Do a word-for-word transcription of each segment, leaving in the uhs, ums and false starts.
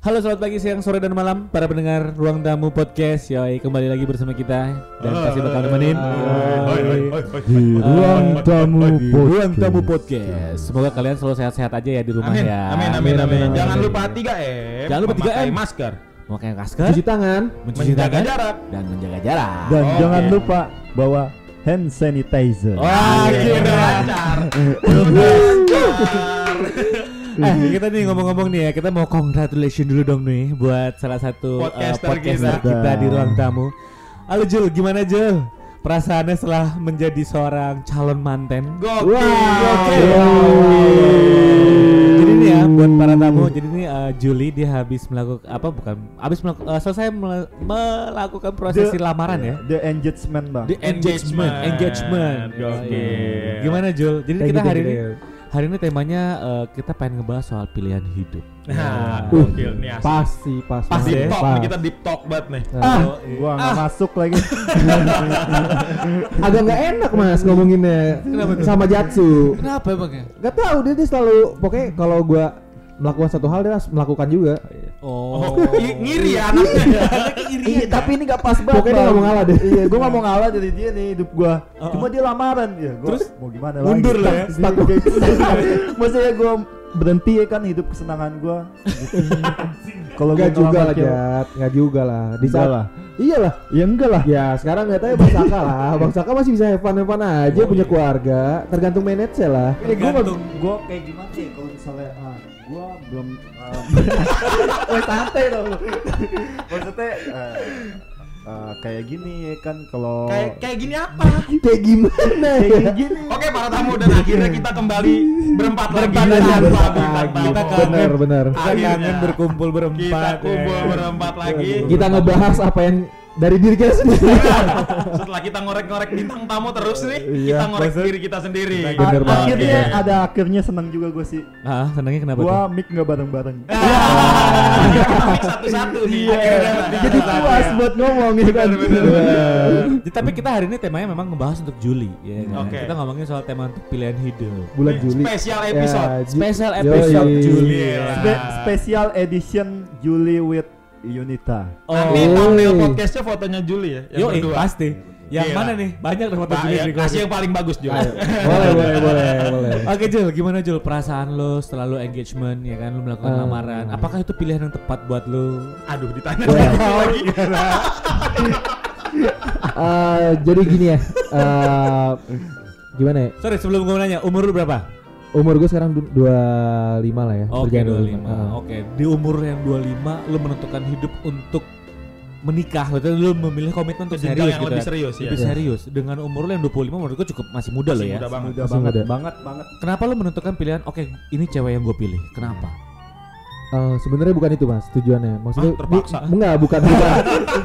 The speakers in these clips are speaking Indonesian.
Halo, selamat pagi, siang, sore, dan malam para pendengar Ruang Tamu Podcast. Yoi, kembali lagi bersama kita dan pasti bakal nemenin Ruang Tamu Ruang Tamu Podcast. Semoga kalian selalu sehat-sehat aja ya di rumah amin. ya. Amin, amin, amin, amin. Jangan lupa tiga M. Jangan lupa tiga M. Memakai masker, memakai masker, cuci tangan, mencuci menjaga tangan, jarak, dan menjaga jarak. dan Oke. jangan lupa bawa hand sanitizer. Wah, Oke, kira. udah lancar. Eh, kita nih ngomong-ngomong nih ya, kita mau congratulations dulu dong nih buat salah satu uh, Podcaster podcaster kita. kita di Ruang Tamu. Halo Jul, gimana Jul? Perasaannya setelah menjadi seorang calon manten? Gokil. Gokil. Jadi nih ya buat para tamu, jadi nih uh, Juli dia habis melakukan apa bukan habis melaku- uh, selesai mel- melakukan prosesi The- lamaran ya. The engagement bang. The engagement, engagement. Gokil. Gimana Jul? Jadi Kayak kita gitu, hari gitu ini ya. hari ini temanya uh, kita pengen ngebahas soal pilihan hidup. Nah, Uh, gokil nih asik. Pas sih, pas. Pas banget. ya? Deep talk Pas. nih, kita deep talk banget nih. Ah, Oh, iya. gua nggak masuk lagi. Agak nggak enak mas ngomonginnya sama Jatsu. Kenapa emangnya? Gak tahu dia, dia selalu pokoknya kalau gua melakukan satu hal dia harus melakukan juga. Oh, Oh, i- ngiri ya anaknya. Iya, tapi ini nggak pas banget. Pokoknya dia Bang. nggak mau ngalah deh. Iya, gua nggak mau ngalah dari dia nih hidup gua. Oh, Cuma oh. dia lamaran ya. Gua Terus mau gimana mundur lagi? lah ya. Stuck kayak gitu. Maksudnya gua berhenti ya kan hidup kesenangan gua. Gitu. Kalau gua Enggak juga lah ngelamar cewek- Jat, enggak juga lah. Di Enggak saat lah. iyalah. Ya enggak lah. Ya sekarang nggak tahu ya Bang Saka lah. Bang Saka masih bisa have fun have fun aja, Oh, punya iya. keluarga, tergantung manage lah. Ini gua Tergantung. gua kayak gimana sih kalau misalnya ah, gua belum um, oh, santai dong. Maksudnya eh, eh, kayak gini ya kan kalau Kayak kayak gini apa? Kayak gimana ya? kayak gini. Oke para tamu, dan akhirnya kita kembali berempat lagi Berempat lagi, tanpa berempat bintang lagi. tamu. Kita Benar kangen. benar. Kita Akhirnya. kangen berkumpul Kita berempat. kumpul ya. berempat lagi. Kita ngebahas apa yang dari diri kita sendiri. Setelah kita ngorek-ngorek bintang tamu terus nih, Iya, kita ngorek maksud- diri kita sendiri. Kita A- Bener banget. akhirnya Oke. ada akhirnya senang juga gue sih. Ah, senangnya kenapa Gua tuh? mic nggak bareng-bareng. Ah, kita mix satu-satu nih. Akhirnya Jadi satu-satu puas ya. buat ngomong ya kan. Bener, bener, bener. Jadi, tapi kita hari ini temanya memang ngebahas untuk Juli, ya kan? Oke. Kita ngomongin soal tema untuk pilihan hidup. Bulan Juli. Spesial episode. Ya, Ju- Special Yoi. episode Juli. Spe- special edition Julie with Yunita. Nanti Oh. thumbnail podcastnya fotonya Juli ya, yang Yo, berdua. pasti. Yang Gila. mana nih? Banyak deh foto Ba- Juli ya, di kasih yang paling bagus Juli. Ayo. Boleh boleh boleh boleh. Oke Jul, gimana Jul perasaan lo setelah lo engagement ya kan, lo melakukan Hmm. lamaran? Apakah itu pilihan yang tepat buat lo? Aduh, ditanya Wah. lagi. Eh, jadi gini ya. eh, gimana ya? Sorry, sebelum gue nanya, umur lo berapa? Umur gue sekarang du- dua puluh lima lah ya. Oke, berjalan dua dua puluh puluh lima. lima. Ah. Oke, di umur yang dua puluh lima lo menentukan hidup untuk menikah, berarti lo memilih komitmen untuk Jenjang serius yang gitu. lebih kan? serius ya. Lebih serius. Dengan umur lo yang dua puluh lima menurut gue cukup masih muda lo ya. Mudah banget. Mudah Masih banget, muda. banget, banget. Kenapa lo menentukan pilihan? Oke, ini cewek yang gue pilih. Kenapa? Eh, sebenarnya bukan itu mas tujuannya. Maksudnya Ah, terpaksa. Ini, enggak, bukan bukan.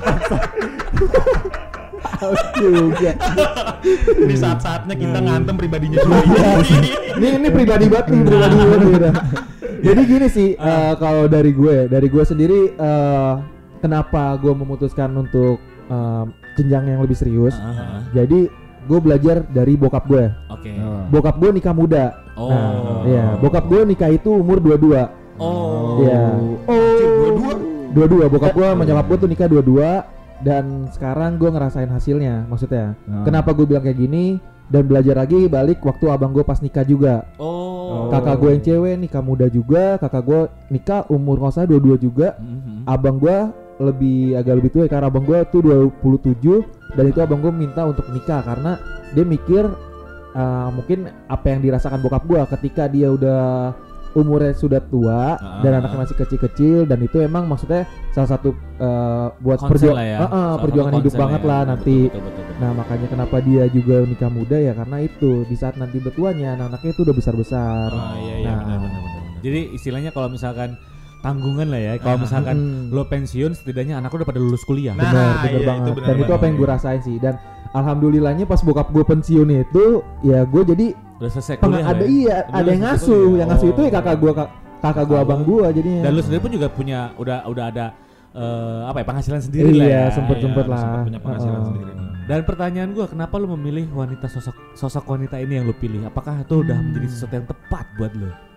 Harus juga. Di saat-saatnya kita ngantem pribadinya Juli. Ini ini pribadi banget nih, pribadi banget nih, udah. Jadi gini sih, eh, kalau dari gue, dari gue sendiri, eh, kenapa gue memutuskan untuk eh, jenjang yang lebih serius? Ah, Jadi gue belajar dari bokap gue. Oke. Bokap gue nikah muda. Oh. Nah, iya, bokap gue nikah itu umur dua puluh dua. Oh. Iya. Anjir, dua-dua. Dua-dua, bokap gue sama nyokap gue tuh nikah dua-dua. Dan sekarang gue ngerasain hasilnya, maksudnya. Ah. Kenapa gue bilang kayak gini? Dan belajar lagi balik waktu abang gue pas nikah juga. Oh. Kakak gue yang cewek nikah muda juga, kakak gue nikah umur nggak salah dua puluh dua juga. Mhm. Abang gue lebih agak lebih tua ya, karena abang gue tuh dua puluh tujuh dan itu abang gue minta untuk nikah karena dia mikir uh, mungkin apa yang dirasakan bokap gue ketika dia udah umurnya sudah tua Ah. dan anaknya masih kecil-kecil, dan itu emang maksudnya salah satu uh, buat Konsel perju- lah ya. uh, uh, Salah perjuangan satu hidup konsel banget ya. lah Betul, nanti. betul, betul, betul. Nah makanya kenapa dia juga nikah muda ya karena itu di saat nanti udah tuanya anak-anaknya itu udah besar-besar. Oh iya iya Nah. benar benar benar. Jadi istilahnya kalau misalkan tanggungan lah ya, kalau Ah. misalkan Mm. lo pensiun setidaknya anak lo udah pada lulus kuliah. Nah, Benar, benar iya, banget. itu benar Dan itu banget. apa yang gue rasain sih. Dan alhamdulillahnya pas bokap gue pensiun itu, ya gue jadi Udah selesai peng- kuliah. ada lah ya. iya, Udah ada yang selesai ngasuh, kuliah. yang ngasuh Oh. itu ya kakak gue, kakak gue Kakak abang lo. gue jadinya. Dan lo sendiri pun juga punya udah udah ada eh, apa ya penghasilan sendiri Iya, lah ya. sempet-sempet Iya, lah. sempet punya penghasilan Heeh. sendiri nih. Dan pertanyaan gue, kenapa lo memilih wanita sosok sosok wanita ini yang lo pilih? Apakah itu udah Hmm. menjadi sesuatu yang tepat buat lo?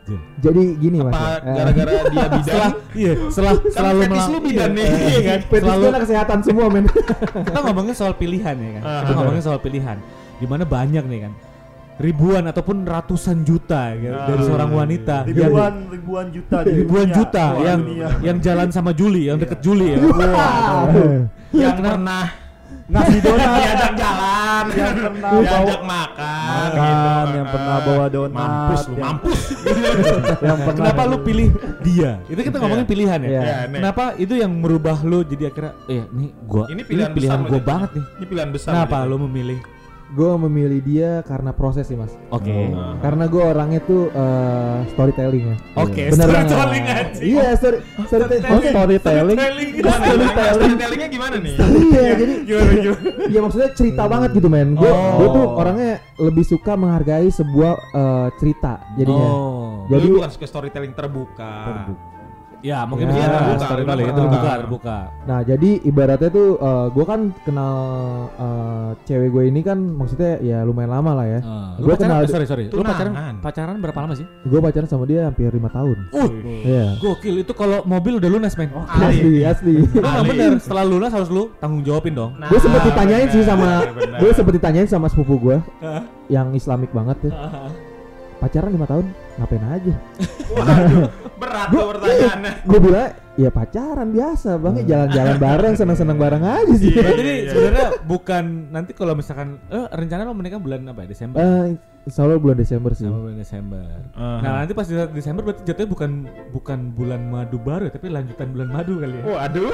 Jadi gini Mas. Apa ya. gara-gara dia bidan? Setelah iya, setelah Kan selalu fetis melang- lu bidan nih. Iya kan? Fetis Selalu gua anak kesehatan semua men. kita ngomongin soal pilihan ya kan. Ah, Kita ah. ngomongin soal pilihan. Di mana banyak nih kan. Ribuan ataupun ratusan juta ya, Ah. dari seorang wanita yang ribuan ribuan juta di ribuan dunia. juta Wah, yang dunia. yang jalan sama Juli, yang deket Juli ya. Yang pernah ngasih donat diajak jalan, yang pernah diajak bawa makan, makan, gitu. yang pernah bawa donat, Mampus lu, yang- mampus. yang pernah Kenapa lu pilih dia? Itu kita ngomongin pilihan ya. Iya. Ya, nih. Kenapa itu yang merubah lu jadi akhirnya eh nih gua Ini pilihan, pilihan besar gua menurut banget dia. nih. Ini pilihan besar. Kenapa menurut lu dia. memilih? Gue memilih dia karena proses sih Mas. Oke. Oh. Karena gue orangnya tuh eh, storytelling ya. Oke, Bener storytelling banget. aja. Iya, story, storytelling. Oh, storytelling. Gimana? Storytellingnya gimana nih? Iya, jadi Gimana gimana? ya maksudnya cerita banget gitu men. Gue Oh. gue tuh orangnya lebih suka menghargai sebuah eh, cerita jadinya. Oh. Jadi- Jadi bukan suka storytelling terbuka. Ya, mungkin Ya, bisa terbuka, storytelling itu terbuka. terbuka, terbuka. Nah jadi ibaratnya tuh gue kan kenal eh, cewek gue ini kan maksudnya ya lumayan lama lah ya. Ah. Lu Gua pacaran, kenal- sorry sorry. Lu pacaran Tunangan. pacaran berapa lama sih? Gue pacaran sama dia hampir lima tahun. Uh, Iya. gokil itu kalau mobil udah lunas, men. Asli asli. Lu nggak Ali. bener, setelah lunas harus lu tanggung jawabin dong. Nah, Gue sempet ditanyain sih sama benar. gue sempet ditanyain sama sepupu gue Hah? yang Islamik banget tuh. Pacaran lima tahun ngapain aja? Waduh, berat tuh pertanyaannya. Gue bilang ya pacaran biasa bang, ya jalan-jalan bareng, seneng-seneng bareng aja sih. Iya. Berarti ini sebenarnya bukan nanti kalau misalkan eh rencana lo menikah bulan apa ya? Desember. Eh, insya Allah bulan Desember sih. Sama bulan Desember. Uh-huh. Nah, nanti pas di Desember berarti jatuhnya bukan bukan bulan madu baru ya, tapi lanjutan bulan madu kali ya. Waduh.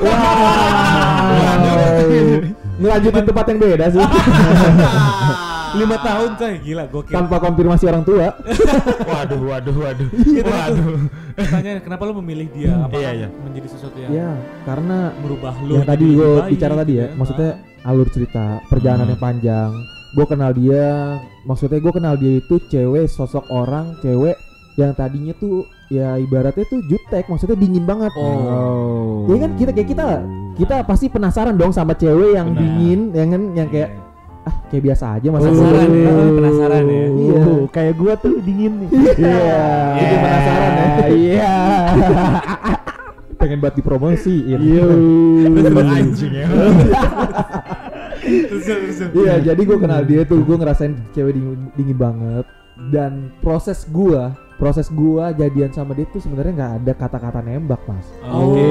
Wow. Ngelanjutin tempat yang beda sih. lima tahun coy, gila gokil. Tanpa konfirmasi orang tua. Waduh, waduh, waduh. Itu Waduh. Pertanyaan kenapa lo memilih dia? Apakah Iya, iya. menjadi sesuatu yang Ya karena merubah lo? yang jadi tadi lebih gue baik, bicara tadi ya, gitu maksudnya alur cerita, perjalanan Hmm. yang panjang. Gue kenal dia, maksudnya gue kenal dia itu cewek, sosok orang cewek yang tadinya tuh ya ibaratnya tuh jutek, maksudnya dingin banget. Oh. Ya kan kita kayak kita kita pasti penasaran dong sama cewek yang Benar. dingin, yang kan yang kayak ah kayak biasa aja masa Penasaran ya, Oh. penasaran ya. Iya. Oh, kayak gua tuh dingin nih. Iya, Iya. bikin penasaran ya. Iya. Pengen buat dipromosiin. Anjing ya. Iya, jadi gue kenal dia tuh, gue ngerasain cewek dingin, dingin banget. Dan proses gue, proses gue jadian sama dia tuh sebenarnya nggak ada kata-kata nembak, mas. Oke.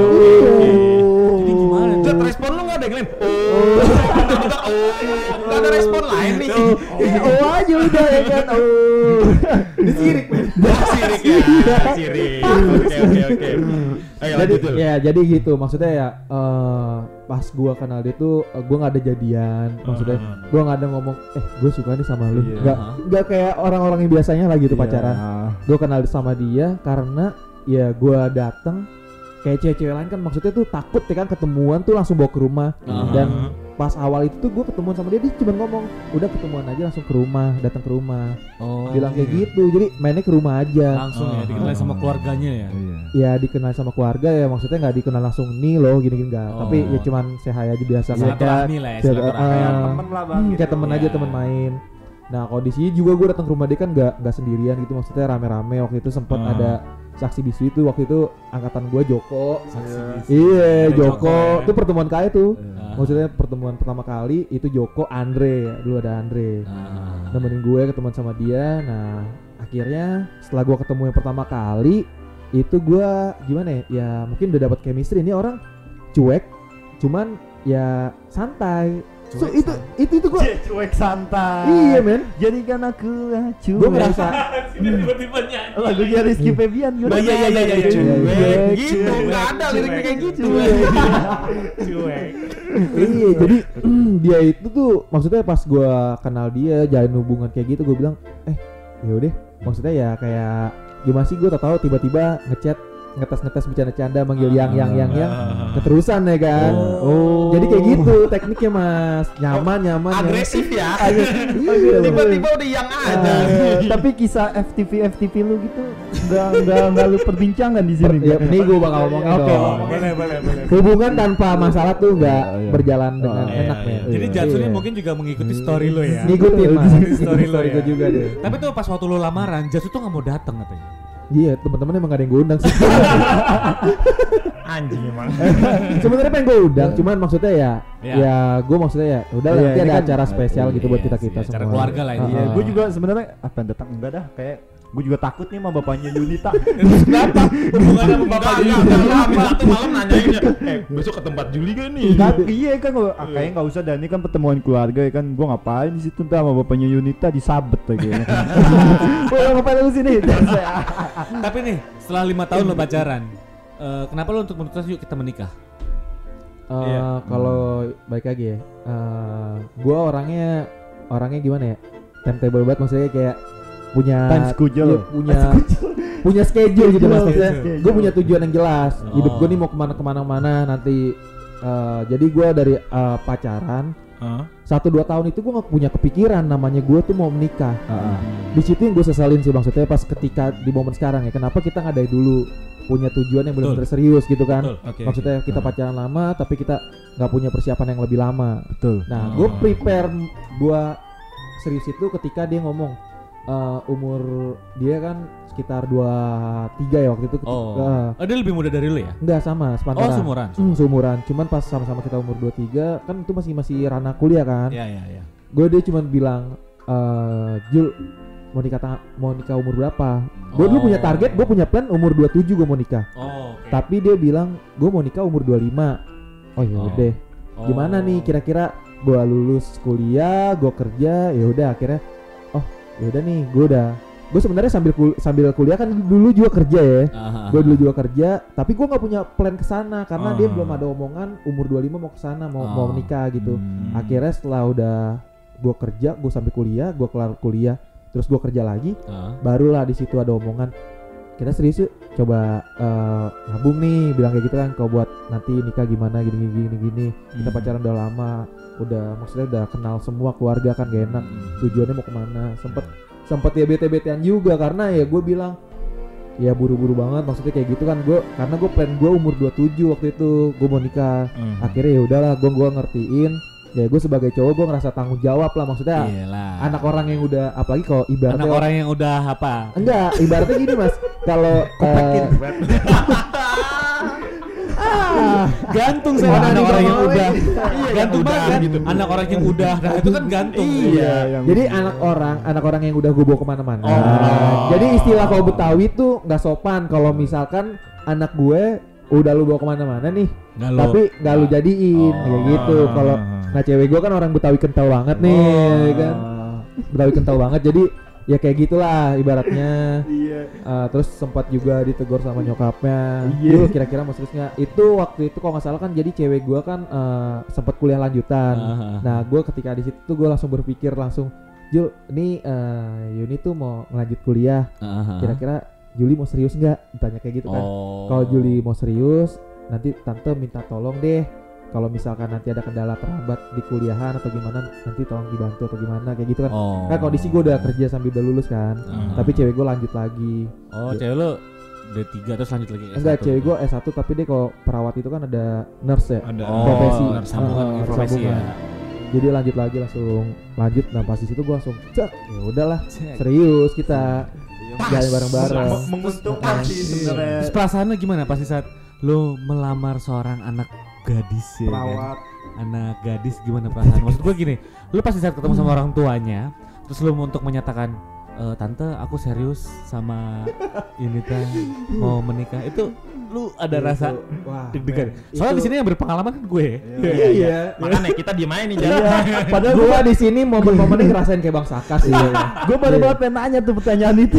Oh. Jadi gimana? Jat, respon lu nggak ada yang lain. Oh, kita oh, nggak ada respon lain nih. Oh aja udah ya kan. Oh. Disirik. Sirik ya, sirik. Oke, oke, oke. Ayo Jadi lanjut dulu. ya jadi gitu maksudnya ya eh, pas gua kenal dia tuh eh, gua nggak ada jadian, maksudnya Uh-huh. gua nggak ada ngomong eh gue suka nih sama lu, Iya. nggak nggak kayak orang-orang yang biasanya lah gitu Iya. pacaran. Gue kenal sama dia karena ya gua datang kayak cewek-cewek lain kan maksudnya tuh takut ya kan ketemuan tuh langsung bawa ke rumah. Uh-huh. Dan pas awal itu tuh gue ketemuan sama dia, dia cuma ngomong udah ketemuan aja langsung ke rumah, datang ke rumah, Oh. bilang kayak gitu, jadi mainnya ke rumah aja. Langsung ya Uh-huh. dikenal sama keluarganya ya. Iya. Ya dikenal sama keluarga ya maksudnya nggak dikenal langsung nih loh gini-gini enggak, Oh. tapi ya cuman say hi aja biasa kayak Silaturahmi lah ya, kayak, silaturahmi. eh, Kayak temen lah bang. hmm, gitu. kayak temen aja, Iya. temen main. Nah kalau di sini juga gue datang ke rumah dia kan nggak nggak sendirian gitu, maksudnya rame-rame. Waktu itu sempat Ah. ada saksi bisu itu, waktu itu angkatan gue Joko. Saksi bisu. Iya Ada Joko, Joko ya. itu pertemuan kali tuh. Ah. Maksudnya pertemuan pertama kali itu Joko, Andre ya, dulu ada Andre. Ah. Nemenin gue ketemuan sama dia. Nah akhirnya setelah gue ketemu yang pertama kali itu gue gimana ya? Ya mungkin udah dapat chemistry. Ini orang cuek, cuman ya santai. So Cuek, itu itu itu gue Cek, cuek santai. iya men. Jadikan aku ah, cuek. Gue ngerasa Tiba-tiba nyanyi. lagunya Rizky Febian gitu. Oh, iya, iya, iya, iya, Cuek, cuek, gitu, cuek, nggak ada cuek, liriknya kayak gitu. Cuek. iya jadi dia itu tuh maksudnya pas gue kenal dia jalin hubungan kayak gitu, gue bilang eh yaudah maksudnya ya kayak gimana sih, gue tau tahu tiba-tiba ngechat ngetes-ngetes bercanda-canda manggil yang yang yang yang keterusan ya kan. Oh. Jadi kayak gitu tekniknya mas, nyaman nyaman nyaman. Agresif ya. Iya, Tiba-tiba udah yang ada. Eh, tapi kisah F T V F T V lu gitu nggak nggak nggak lu perbincangkan di sini. Ya, ini gue bakal ngomongin Oke, dong. ngomongin. Boleh, boleh, boleh. Hubungan tanpa masalah tuh nggak Iya, iya. berjalan dengan Oh, iya, enak iya. men. Jadi Iya. Jatsun ini mungkin juga mengikuti story lo ya. ngikutin mas, Story story, lo ya. gue juga deh. Tapi tuh pas waktu lo lamaran, Jatsun tuh nggak mau datang katanya. Iya, teman-teman emang gak ada yang gue undang sih. Anjing emang. Sebenarnya pengen gue undang, cuman maksudnya ya, Ya. ya gue maksudnya ya, udah Iya, nanti ini ada kan- acara spesial gitu buat Iya kita sih, kita acara semua. keluarga lah ini. Iya, Heeh. gue juga sebenarnya apa yang datang enggak dah kayak gue juga takut nih sama bapaknya Yunita. Kenapa? Hubungannya sama bapak Enggak, dia? enggak, enggak, Amin satu malam nanyain ya. Eh, besok ke tempat Juli gak nih? Kan, iya kan gua, ah, kayaknya nggak usah dan ini kan pertemuan keluarga ya kan gue ngapain di situ ntar sama bapaknya Yunita disabet lagi. Wah ngapain lu sini? Tapi nih, setelah lima tahun lo pacaran, eh, kenapa lo untuk memutuskan yuk kita menikah? Eh, Iya. Kalau baik lagi ya, eh, gue orangnya orangnya gimana ya? Timetable banget maksudnya kayak punya Time schedule. iya, punya punya schedule gitu Schedule, maksudnya. schedule. Gue punya tujuan yang jelas. Oh. Hidup gue nih mau kemana kemana mana nanti. eh, jadi gue dari eh, pacaran Hah? satu dua tahun itu gue nggak punya kepikiran namanya gue tuh mau menikah. Heeh. Di situ yang gue sesalin sih maksudnya pas ketika di momen sekarang ya. Kenapa kita nggak dari dulu punya tujuan yang benar-benar serius gitu kan? Betul. Oke. Maksudnya kita Hmm. pacaran lama tapi kita nggak punya persiapan yang lebih lama. Betul. Nah, Oh. gue prepare gue serius itu ketika dia ngomong eh, umur dia kan sekitar dua tiga ya waktu itu. ketika- Oh, eh, oh dia lebih muda dari lo ya? enggak sama, sepantaran. Oh, seumuran. Hmm, seumuran. Cuman pas sama-sama kita umur dua tiga kan itu masih masih ranah kuliah kan. Iya, iya, iya. Gue dia cuman bilang eh Jul mau nikah ta- mau nikah umur berapa? Gue dulu Oh. punya target, gue punya plan umur dua tujuh gue mau nikah. Oh, oke. Tapi dia bilang gue mau nikah umur dua lima. Oh ya Oh. udah. Oh. Gimana nih kira-kira gue lulus kuliah, gue kerja, ya udah akhirnya oh ya udah nih gue udah gue sebenarnya sambil kul- sambil kuliah kan dulu juga kerja ya. Ah, Gue dulu juga kerja, tapi gue nggak punya plan kesana karena dia Ah. belum ada omongan umur dua lima mau kesana mau mau Oh. menikah gitu. Hmm. Akhirnya setelah udah gue kerja, gue sampai kuliah, gue kelar kuliah, terus gue kerja lagi, ah. barulah di situ ada omongan kita serius yuk, coba eh, nabung nih, bilang kayak gitu kan, kalau buat nanti nikah gimana gini gini gini gini. Kita Hmm. pacaran udah lama, udah maksudnya udah kenal semua keluarga kan gak enak. Hmm. Tujuannya mau kemana? Sempet sempet ya bete-betean juga karena ya gue bilang ya buru-buru banget maksudnya kayak gitu kan gue karena gue plan gue umur dua puluh tujuh waktu itu gue mau nikah. Hmm. Akhirnya ya udahlah gue gue ngertiin ya gue sebagai cowok gue ngerasa tanggung jawab lah maksudnya Iyalah. anak orang yang udah apalagi kalau ibaratnya Anak orang yang udah apa? enggak ibaratnya gini mas kalau eh, ah, Gantung sama sama anak anak orang yang orang udah. Iya, Gantung yang banget udah kan? gitu. Anak orang yang udah. Nah, itu kan gantung. Iya, yang jadi anak orang anak orang yang udah gue bawa kemana-mana. Oh. Jadi istilah kalau Betawi tuh nggak sopan kalau misalkan anak gue udah lu bawa kemana-mana nih, Nggak lo. tapi nggak lu jadiin Oh. kayak gitu. Kalau nah cewek gue kan orang Betawi kental banget nih, ya kan Betawi kental banget. Jadi ya kayak gitulah ibaratnya. Iya. Uh, terus sempat juga ditegur sama nyokapnya. Iya. Dulu kira-kira mau serius nggak? Itu waktu itu kalau nggak salah kan jadi cewek gue kan uh, sempat kuliah lanjutan. Ah. Nah gue ketika di situ tuh gue langsung berpikir langsung, Jul, ini uh, Yuni tuh mau ngelanjut kuliah. Ah. Kira-kira Juli mau serius nggak? Ditanya kayak gitu kan. Oh. Kalau Juli mau serius, nanti tante minta tolong deh. Kalau misalkan nanti ada kendala terhambat di kuliahan atau gimana, nanti tolong dibantu atau gimana kayak gitu kan. Oh. Kan kondisi gue udah kerja sambil udah lulus kan. Ah. Tapi cewek gue lanjut lagi. Oh, cewek lu D tiga terus lanjut lagi S satu. Enggak, cewek gue S satu tapi dia kalau perawat itu kan ada nurse ya. Ada Oh, profesi. sambungan Ah, profesi ya. sambungan. Jadi lanjut lagi langsung lanjut. Nah pas di situ gue langsung cek, ya udahlah Cek. serius kita jalan bareng-bareng. Meng- menguntungkan sih sebenarnya Terus perasaannya gimana pas di saat lu melamar seorang anak gadis ya kan? perawat. Anak gadis gimana perasaan? Maksud gue gini, lu pasti saat ketemu sama orang tuanya, terus lu untuk menyatakan e, tante aku serius sama Yunita mau menikah, itu lu ada rasa Wah, deg-degan. men. Soalnya Itu- di sini yang berpengalaman kan gue. Iya, iya. Makanya kita diem aja nih jangan. Iya, padahal gua di sini momen-momennya ngerasain kayak Bang Saka sih. Gue baru banget pengen nanya tuh pertanyaan itu.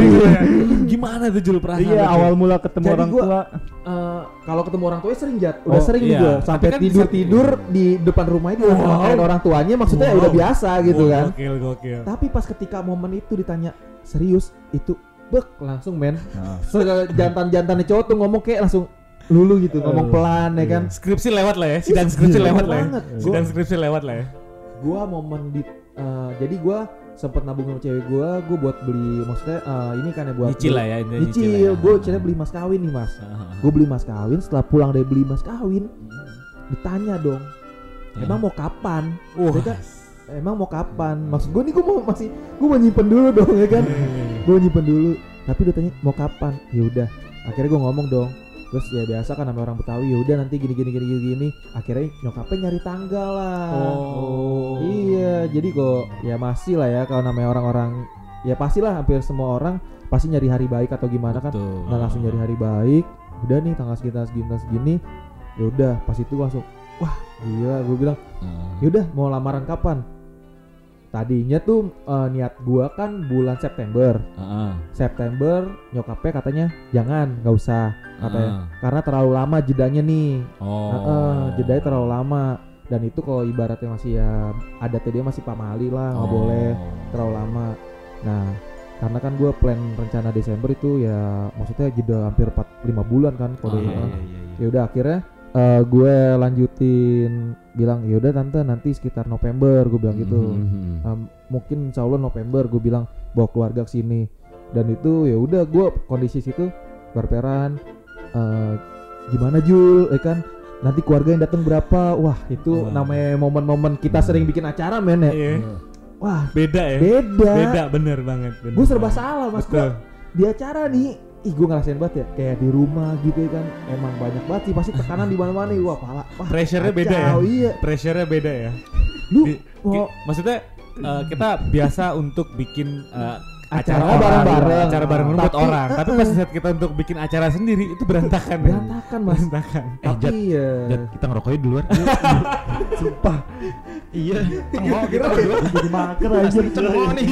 Gimana tuh Jul perasaan? Iya lu? awal mula ketemu Jadi orang gua- tua. Eh, kalau ketemu orang tuanya sering Jat, udah Oh, sering nih iya. gua Tapi sampai kan tidur-tidur di depan rumah itu Wow. ngelakuin orang tuanya maksudnya Wow. udah biasa gitu Oh, kan. Gokil, gokil. Tapi pas ketika momen itu ditanya serius itu bek langsung men. Nah. Se- jantan-jantannya cowok tuh ngomong kayak langsung lulu gitu, ngomong pelan ya kan. Skripsi lewat lah ya, sidang skripsi Iya, lewat lah ya. banget. Sidang skripsi lewat lah ya. Gua momen di eh, jadi gua sempet nabung sama cewek gua, gua buat beli maksudnya eh, ini kan ya buat Nyicil beli- lah ya, intinya Nyicil, nyicil lah ya. gue ceritanya beli mas kawin nih mas. Gue beli mas kawin, setelah pulang dari beli mas kawin, ditanya dong, emang mau kapan? Wah. Dia kan, emang mau kapan? Maksud gue nih gue mau masih, gue mau nyimpen dulu dong ya kan? Gue nyimpen dulu. tapi dia tanya mau kapan. Ya udah, akhirnya gue ngomong dong. Terus ya biasa kan sama orang Betawi, ya udah nanti gini gini gini gini gini. Akhirnya nyokapnya nyari tanggal lah. Oh. Iya, jadi kok ya masih lah ya kalau namanya orang-orang, ya pastilah hampir semua orang pasti nyari hari baik atau gimana kan. Betul. Nah langsung nyari hari baik. Udah nih tanggal segini tanggal segini tanggal segini. Ya udah pas itu langsung wah gila, gue bilang Hmm. ya udah mau lamaran kapan? Tadinya tuh uh, niat gua kan bulan September. Heeh. September nyokapnya katanya jangan, nggak usah katanya. Heeh. Karena terlalu lama jedanya nih. Oh. Heeh, jedanya terlalu lama. Dan itu kalau ibaratnya masih ya adatnya dia masih pamali lah, nggak Oh. boleh terlalu lama. Nah, karena kan gua plan rencana Desember itu ya maksudnya jeda hampir empat lima bulan kan kalau Ah, dia- iya, iya, iya. ya udah akhirnya uh, gue lanjutin bilang ya udah tante nanti sekitar November gue bilang gitu. Mhm. Um, mungkin insya Allah November gue bilang bawa keluarga ke sini. Dan itu ya udah gue kondisi situ berperan uh, gimana Jul ya kan, nanti keluarga yang datang berapa. Wah itu Wah. namanya momen-momen kita sering bikin acara men ya. Iya. Wah Beda ya. beda, Beda bener banget. bener gue serba banget. salah mas. Betul. Gua di acara nih, ih gue ngerasain banget ya kayak di rumah gitu ya kan, emang banyak banget sih pasti tekanan di mana-mana nih. Wah pala, wah Pressure-nya beda ya. kacau, iya Pressure-nya beda ya. lu Di- mau ki- maksudnya uh, kita biasa untuk bikin uh, Acara acara orang, bareng-bareng. acara bareng buat Tapi, orang. Tapi uh-uh. pas saat kita untuk bikin acara sendiri itu berantakan. ya. berantakan mas. Berantakan. Eh, Tapi Jat, ya Jat, kita ngerokoknya di luar. sumpah Iya, cengok kita berdua. Jadi maker aja. Cengok nih.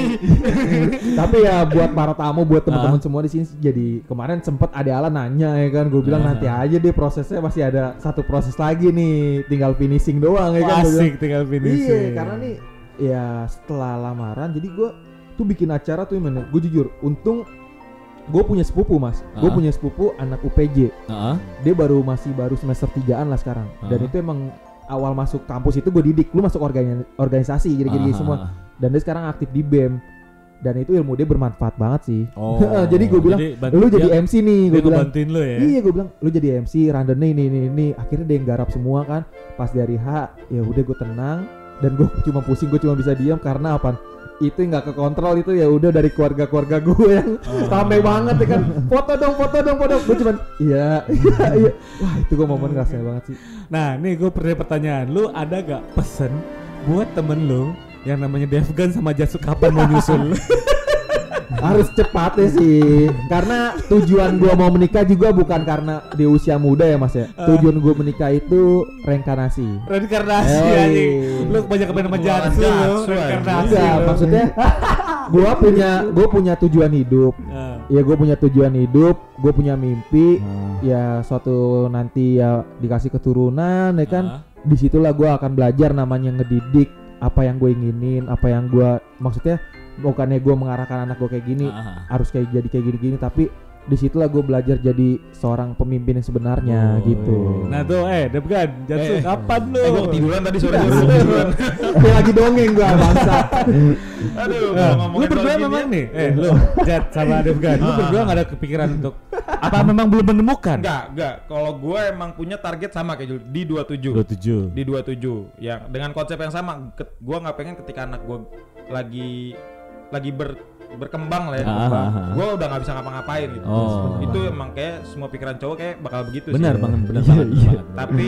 tapi ya buat para tamu, buat teman-teman Ah. semua di sini, jadi kemarin sempet ada Ala nanya ya kan, gue bilang Ah. nanti aja deh prosesnya, masih ada satu proses lagi nih, tinggal finishing doang ya kan. Gua bilang, Asik tinggal finish. iya karena nih ya setelah lamaran jadi gue tuh bikin acara tuh gimana, gue jujur untung gue punya sepupu mas, gue Ah. punya sepupu anak U P J, Heeh. dia baru masih baru semester tigaan lah sekarang, dan Ah. itu emang awal masuk kampus itu gue didik, lu masuk organi- organisasi gini-gini Ah. semua, dan dia sekarang aktif di B E M, dan itu ilmu dia bermanfaat banget sih. Oh. Jadi gue bilang bantu- lu jadi dia- M C nih, dia gue bilang ngebantuin lu ya. iya, gue bilang lu jadi M C rundownnya ini ini ini, akhirnya dia yang garap semua kan. Pas dari H ya udah gue tenang, dan gue cuma pusing, gue cuma bisa diam karena apa, itu nggak kekontrol, itu ya udah dari keluarga-keluarga gue yang Oh. rame banget ya kan, foto dong foto dong foto, gue cuman iya iya iya, wah itu gue momen ngerasain banget sih. Nah, nih gue punya pertanyaan. Lu ada gak pesen buat temen lu yang namanya Devgan sama Jasu kapan mau nyusul? Harus cepatnya sih, karena tujuan gue mau menikah juga bukan karena di usia muda ya mas ya, tujuan gue menikah itu reinkarnasi. Reinkarnasi Yoi. anjing. Lu kebanyakan main sama Jasu lu. Jasu, Reinkarnasi. Enggak, lu. maksudnya gue punya gue punya tujuan hidup. Nah, Ya gue punya tujuan hidup, gue punya mimpi. Nah, Ya suatu nanti ya dikasih keturunan ya kan. ah. Disitulah gue akan belajar namanya ngedidik apa yang gue inginin, apa yang gue maksudnya, bukannya gue mengarahkan anak gue kayak gini, Ah. harus kayak jadi kayak gini-gini, tapi disitulah gue belajar jadi seorang pemimpin yang sebenarnya Oh, gitu. Nah tuh, eh Devgan, Jasu Eh, kapan lu? Eh, gua ketiduran tadi sore Iya, gua ketiduran. Kayak lagi dongeng gue bangsa. Aduh, Nah, kalau lu ngomongin berdua soal memang gini nih, eh lu Jat sama Devgan, lu Ah. berdua gak ada kepikiran untuk apa memang belum menemukan? Enggak, enggak. Kalau gue emang punya target sama kayak Jul, di dua puluh tujuh. dua puluh tujuh. Di dua puluh tujuh. Yang dengan konsep yang sama, ke- gua nggak pengen ketika anak gue lagi lagi ber, berkembang lah ya. Ah, ah, ah. Gue udah nggak bisa ngapa-ngapain gitu. Oh. Itu emang kayak semua pikiran cowok kayak bakal begitu Benar sih. banget, benar Iya, banget. iya. banget. Tapi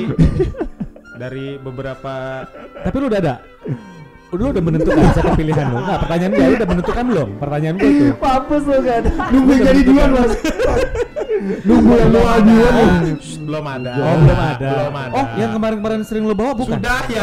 dari beberapa Tapi lu udah ada? Lu udah menentukan satu pilihan lu? Nah pertanyaan gue, lu udah menentukan belum? Pertanyaan gue tuh. Mampus lu gak ada. Nunggu jadi duluan mas. Nunggu yang mau ajuan nih. Shh, belum ada. Oh belum ada. Belum ada. Oh yang kemarin-kemarin sering lu bawa bukan? Sudah ya.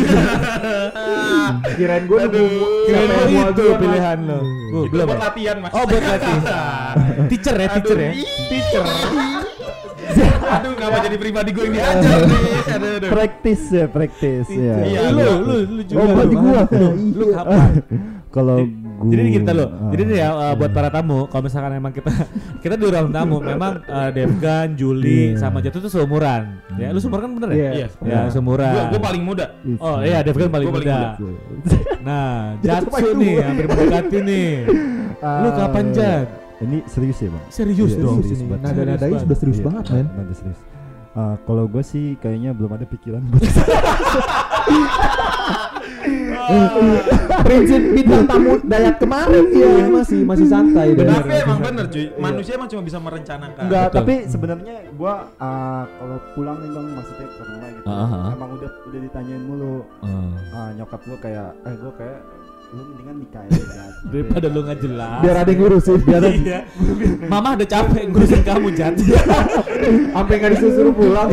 Kirain gue nunggu. Kirain siapa lu yang mau itu ajuan, pilihan lu. Oh, Itu belum buat ya? latihan mas. Oh buat latihan. Teacher ya, teacher ya. Aduh, ih. Teacher. Aduh, nggak mau jadi pribadi gue yang diajar nih. Aduh, aduh. Praktis ya, praktis ya. Iya, lu, iya. lu, lu juga. Oh, berarti lu. gua. Lu, lu kapan? Kalau Jadi- gua Jadi kita lo. ah. Jadi nih ya uh, buat para tamu, kalau misalkan emang kita kita di ruang tamu, memang uh, Devgan, Juli, Iya. sama Jatuh tuh seumuran. Ya, lu seumuran kan bener ya? Iya. Iya. Ya, seumuran. Gue gue paling muda. Oh iya, Devgan paling Gua paling muda. muda. Nah, Jatuh Jatsu paling nih, tua. hampir mendekati nih. Lu Ah, kapan Jat? Ini serius ya bang? Serius Iya, dong. serius ini. banget. Nada-nadanya Serius sudah serius Iya, banget men. nada serius. Ah, kalau gue sih kayaknya belum ada pikiran buat Prinsip bintang tamu Dayat kemarin ya masih masih santai deh. Tapi emang bener cuy, manusia emang cuma bisa merencanakan. Enggak, Betul. tapi sebenarnya gua uh, kalau pulang nih Bang maksudnya ke rumah gitu. Ah, ah. Emang udah udah ditanyain mulu. Oh. Ah, nyokap gua kayak eh gua kayak lu mendingan nikah aja Jat. Daripada lu nggak jelas. Biar ada yang ngurusin, biar ada Iya. Mama udah capek ngurusin kamu Jat. sampai nggak disuruh pulang.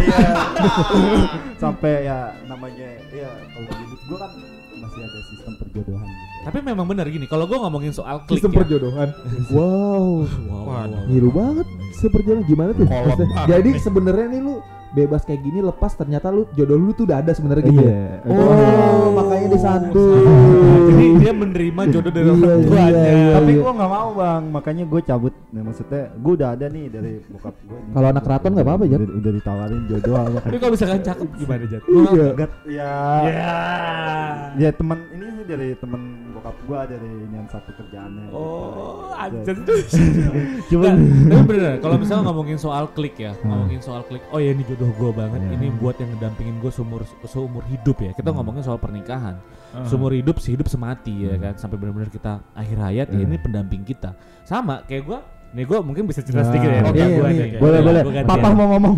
Sampai ya namanya ya kalau hidup gua kan masih ada sistem perjodohan gitu. Tapi memang benar gini, kalau gue ngomongin soal klik Sistem ya. perjodohan. Wow. Wow, Waduh. Ngilu banget sistem perjodohan gimana tuh? Kolot Maksudnya, banget jadi nih. sebenarnya nih lu bebas kayak gini lepas ternyata lu jodoh lu tuh udah ada sebenarnya gitu. Iya. ya? Oh, makanya disantun. Jadi dia menerima jodoh dari Iya, orang iya, tuanya. iya. Tapi gua nggak mau Bang, makanya gua cabut. Nah, maksudnya gua udah ada nih dari bokap gua. nih. Kalau anak keraton nggak apa-apa, Jat. Udah, udah ditawarin jodoh sama Tapi kalau misalkan cakep gimana Jat? Iya. Enggak, ya. Ya. Ya teman ini sih dari teman bokap gua dari yang satu kerjaannya. Oh, gitu. anjir. Cuma Nah, tapi bener, kalau misalnya ngomongin soal klik ya, ngomongin soal klik, oh ya ini jodoh gue banget, Hmm. ini buat yang ngedampingin gue seumur seumur hidup ya. Kita Hmm. ngomongin soal pernikahan, Uh-huh. seumur hidup, sehidup semati ya kan, sampai benar-benar kita akhir hayat ya Hmm. ini pendamping kita. Sama kayak gue, nih gue mungkin bisa cerita Nah, sedikit ya. oke, tentang nih, gua nih. nih. boleh Gua boleh. gantian. Papa mau ngomong.